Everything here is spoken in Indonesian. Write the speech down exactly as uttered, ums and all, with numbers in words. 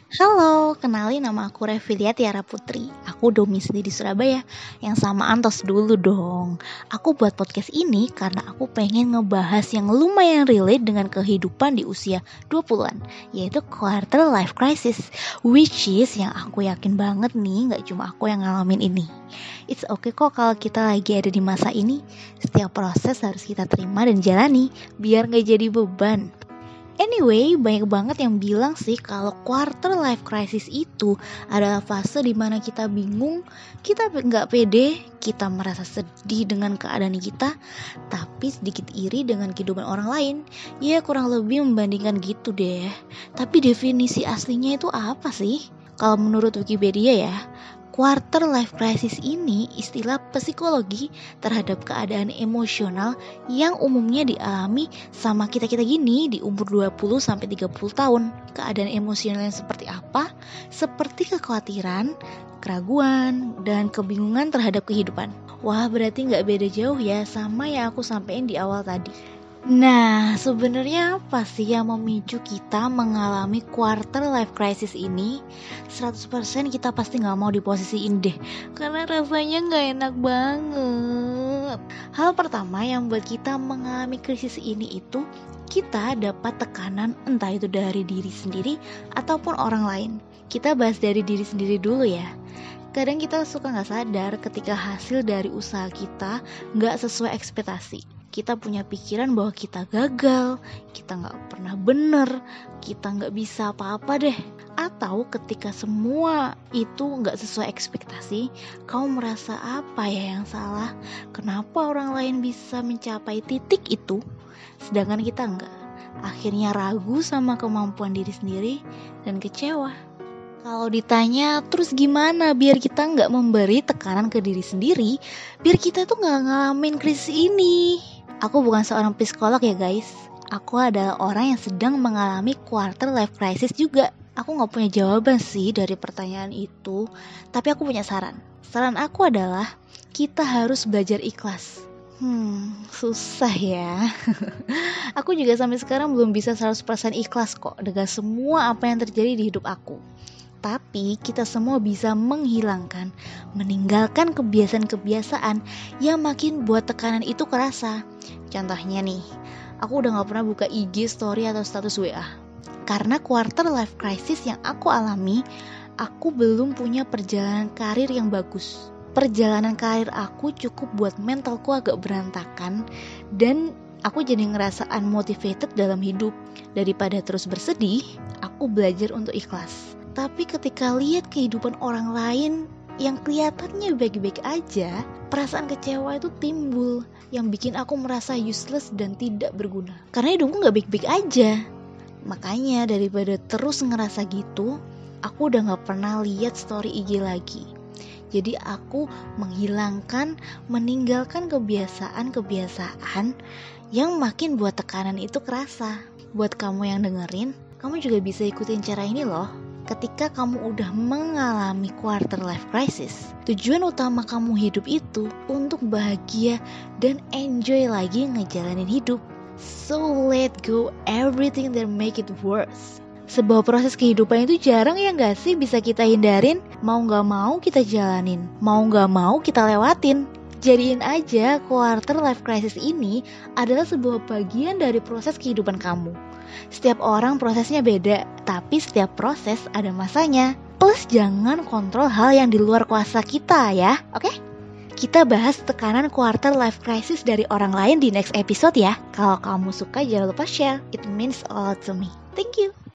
Halo, kenalin nama aku Revilia Tiara Putri. Aku domisili di Surabaya. Yang sama Antos dulu dong. Aku buat podcast ini karena aku pengen ngebahas yang lumayan relate dengan kehidupan di usia dua puluhan, yaitu quarter life crisis. Which is yang aku yakin banget nih, gak cuma aku yang ngalamin ini. It's okay kok kalau kita lagi ada di masa ini. Setiap proses harus kita terima dan jalani, biar gak jadi beban. Anyway, banyak banget yang bilang sih kalau quarter life crisis itu adalah fase dimana kita bingung, kita nggak pede, kita merasa sedih dengan keadaan kita, tapi sedikit iri dengan kehidupan orang lain. Ya kurang lebih membandingkan gitu deh. Tapi definisi aslinya itu apa sih? Kalau menurut Wikipedia ya, quarter life crisis ini istilah psikologi terhadap keadaan emosional yang umumnya dialami sama kita-kita gini di umur dua puluh sampai tiga puluh tahun. Keadaan emosional yang seperti apa? Seperti kekhawatiran, keraguan, dan kebingungan terhadap kehidupan. Wah, berarti nggak beda jauh ya sama yang aku sampaikan di awal tadi. Nah, sebenarnya apa sih yang memicu kita mengalami quarter life crisis ini? seratus persen kita pasti gak mau di posisi ini deh, karena rasanya gak enak banget. Hal pertama yang buat kita mengalami krisis ini itu, kita dapat tekanan entah itu dari diri sendiri ataupun orang lain. Kita bahas dari diri sendiri dulu ya. Kadang kita suka gak sadar ketika hasil dari usaha kita gak sesuai ekspektasi. Kita punya pikiran bahwa kita gagal, kita gak pernah bener, kita gak bisa apa-apa deh. Atau ketika semua itu gak sesuai ekspektasi, kamu merasa apa ya yang salah? Kenapa orang lain bisa mencapai titik itu, sedangkan kita enggak? Akhirnya ragu sama kemampuan diri sendiri dan kecewa. Kalau ditanya terus gimana biar kita gak memberi tekanan ke diri sendiri, biar kita tuh gak ngalamin krisis ini. Aku bukan seorang psikolog ya guys. Aku adalah orang yang sedang mengalami quarter life crisis juga. Aku gak punya jawaban sih dari pertanyaan itu, tapi aku punya saran. Saran aku adalah kita harus belajar ikhlas. Hmm, susah ya. Aku juga sampai sekarang belum bisa seratus persen ikhlas kok dengan semua apa yang terjadi di hidup aku. Tapi kita semua bisa menghilangkan, meninggalkan kebiasaan-kebiasaan yang makin buat tekanan itu kerasa. Contohnya nih, aku udah gak pernah buka I G story atau status W A. Karena quarter life crisis yang aku alami, aku belum punya perjalanan karir yang bagus. Perjalanan karir aku cukup buat mentalku agak berantakan, dan aku jadi ngerasa unmotivated dalam hidup. Daripada terus bersedih, aku belajar untuk ikhlas. Tapi ketika lihat kehidupan orang lain yang kelihatannya baik-baik aja, perasaan kecewa itu timbul yang bikin aku merasa useless dan tidak berguna. Karena hidupku gak baik-baik aja. Makanya daripada terus ngerasa gitu, aku udah gak pernah lihat story I G lagi. Jadi aku menghilangkan, meninggalkan kebiasaan-kebiasaan yang makin buat tekanan itu kerasa. Buat kamu yang dengerin, kamu juga bisa ikutin cara ini loh. Ketika kamu udah mengalami quarter life crisis, tujuan utama kamu hidup itu untuk bahagia dan enjoy lagi ngejalanin hidup. So let go everything that make it worse. Sebuah proses kehidupan itu jarang ya gak sih bisa kita hindarin. Mau gak mau kita jalanin, mau gak mau kita lewatin. Jadiin aja quarter life crisis ini adalah sebuah bagian dari proses kehidupan kamu. Setiap orang prosesnya beda, tapi setiap proses ada masanya. Plus jangan kontrol hal yang di luar kuasa kita ya, oke? Kita bahas tekanan quarter life crisis dari orang lain di next episode ya. Kalau kamu suka jangan lupa share, it means a lot to me. Thank you.